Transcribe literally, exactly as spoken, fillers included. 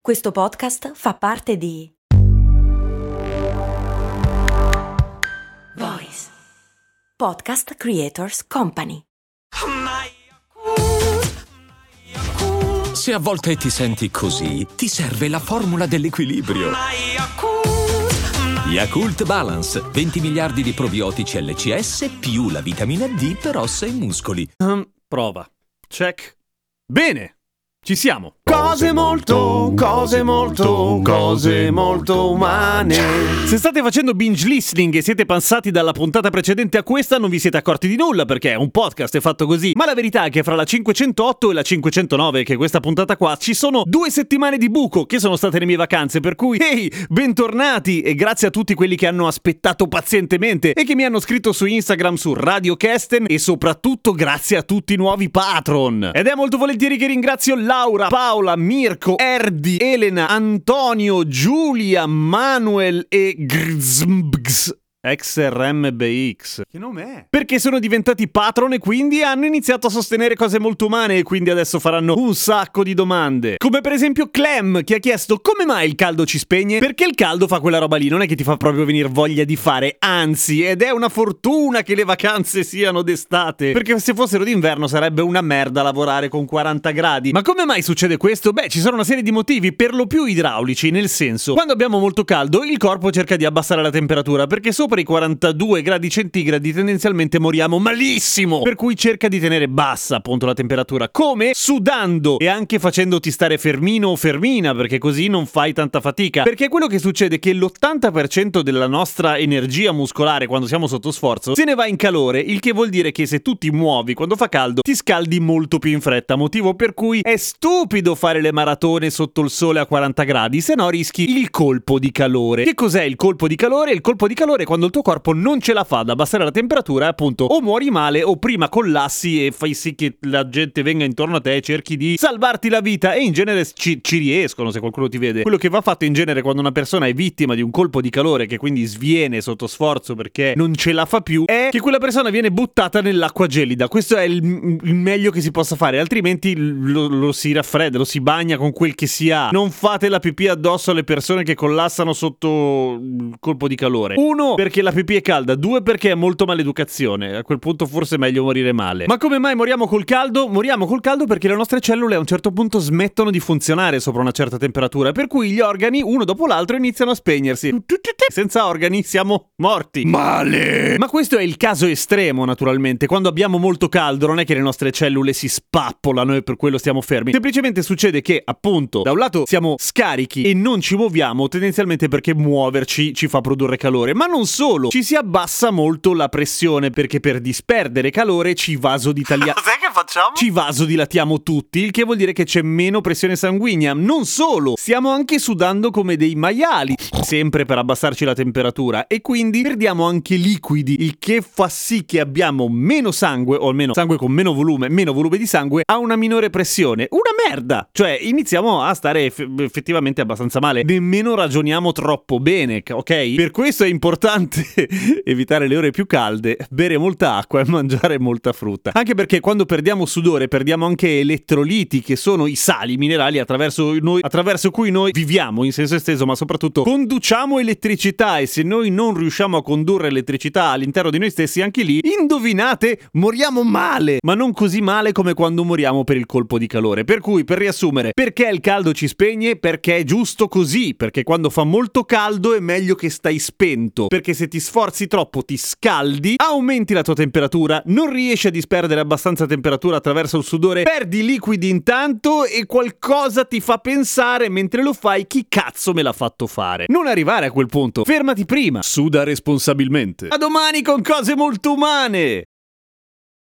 Questo podcast fa parte di Voice Podcast Creators Company. Se a volte ti senti così, ti serve la formula dell'equilibrio. Yakult Balance, venti miliardi di probiotici L C S più la vitamina D per ossa e muscoli. Um, prova. Check. Bene. Ci siamo. Cose molto, cose molto, cose molto umane. Se state facendo binge listening e siete passati dalla puntata precedente a questa, non vi siete accorti di nulla perché è un podcast, è fatto così. Ma la verità è che fra la cinquecentootto e la cinquecentonove, che è questa puntata qua, ci sono due settimane di buco che sono state le mie vacanze. Per cui, ehi, bentornati e grazie a tutti quelli che hanno aspettato pazientemente e che mi hanno scritto su Instagram, su Radio Kesten, e soprattutto grazie a tutti i nuovi patron. Ed è molto volentieri che ringrazio Laura, Paola, Mirko, Erdi, Elena, Antonio, Giulia, Manuel e Grzmbgs X R M B X. Che nome è? Perché sono diventati patron e quindi hanno iniziato a sostenere cose molto umane e quindi adesso faranno un sacco di domande. Come per esempio Clem, che ha chiesto come mai il caldo ci spegne? Perché il caldo fa quella roba lì, non è che ti fa proprio venire voglia di fare, anzi, ed è una fortuna che le vacanze siano d'estate, perché se fossero d'inverno sarebbe una merda lavorare con quaranta gradi. Ma come mai succede questo? Beh, ci sono una serie di motivi, per lo più idraulici, nel senso, quando abbiamo molto caldo il corpo cerca di abbassare la temperatura, perché sopra i quarantadue gradi centigradi tendenzialmente moriamo malissimo, per cui cerca di tenere bassa appunto la temperatura, come sudando e anche facendoti stare fermino o fermina, perché così non fai tanta fatica, perché quello che succede è che l'ottanta per cento della nostra energia muscolare quando siamo sotto sforzo se ne va in calore, il che vuol dire che se tu ti muovi quando fa caldo ti scaldi molto più in fretta, motivo per cui è stupido fare le maratone sotto il sole a quaranta gradi, se no rischi il colpo di calore. Che cos'è il colpo di calore? Il colpo di calore è quando il tuo corpo non ce la fa ad abbassare la temperatura e appunto o muori male o prima collassi e fai sì che la gente venga intorno a te e cerchi di salvarti la vita, e in genere ci, ci riescono se qualcuno ti vede. Quello che va fatto in genere quando una persona è vittima di un colpo di calore, che quindi sviene sotto sforzo perché non ce la fa più, è che quella persona viene buttata nell'acqua gelida. Questo è il, il meglio che si possa fare, altrimenti lo, lo si raffredda, lo si bagna con quel che si ha. Non fate la pipì addosso alle persone che collassano sotto il colpo di calore. Uno, perché la pipì è calda, due perché è molto maleducazione, a quel punto forse è meglio morire male. Ma come mai moriamo col caldo? Moriamo col caldo perché le nostre cellule a un certo punto smettono di funzionare sopra una certa temperatura, per cui gli organi uno dopo l'altro iniziano a spegnersi. Senza organi siamo morti. Male! Ma questo è il caso estremo, naturalmente. Quando abbiamo molto caldo non è che le nostre cellule si spappolano e per quello stiamo fermi, semplicemente succede che appunto da un lato siamo scarichi e non ci muoviamo tendenzialmente perché muoverci ci fa produrre calore, ma non solo, ci si abbassa molto la pressione perché per disperdere calore ci vasodilatiamo. Cos'è che facciamo? Ci vasodilatiamo tutti, il che vuol dire che c'è meno pressione sanguigna. Non solo, stiamo anche sudando come dei maiali, sempre per abbassarci la temperatura, e quindi perdiamo anche liquidi, il che fa sì che abbiamo meno sangue, o almeno sangue con meno volume, meno volume di sangue a una minore pressione. Una merda! Cioè iniziamo a stare eff- effettivamente abbastanza male, nemmeno ragioniamo troppo bene, ok? Per questo è importante evitare le ore più calde, bere molta acqua e mangiare molta frutta. Anche perché quando perdiamo sudore perdiamo anche elettroliti, che sono i sali minerali attraverso, noi, attraverso cui noi viviamo in senso esteso, ma soprattutto conduciamo elettricità, e se noi non riusciamo a condurre elettricità all'interno di noi stessi, anche lì, indovinate, moriamo male, ma non così male come quando moriamo per il colpo di calore. Per cui, per riassumere, perché il caldo ci spegne? Perché è giusto così, perché quando fa molto caldo è meglio che stai spento, perché se ti sforzi troppo ti scaldi, aumenti la tua temperatura, non riesci a disperdere abbastanza temperatura attraverso il sudore, perdi liquidi intanto e qualcosa ti fa pensare mentre lo fai: chi cazzo me l'ha fatto fare? Non arrivare a quel punto, fermati prima, suda responsabilmente. A domani con cose molto umane!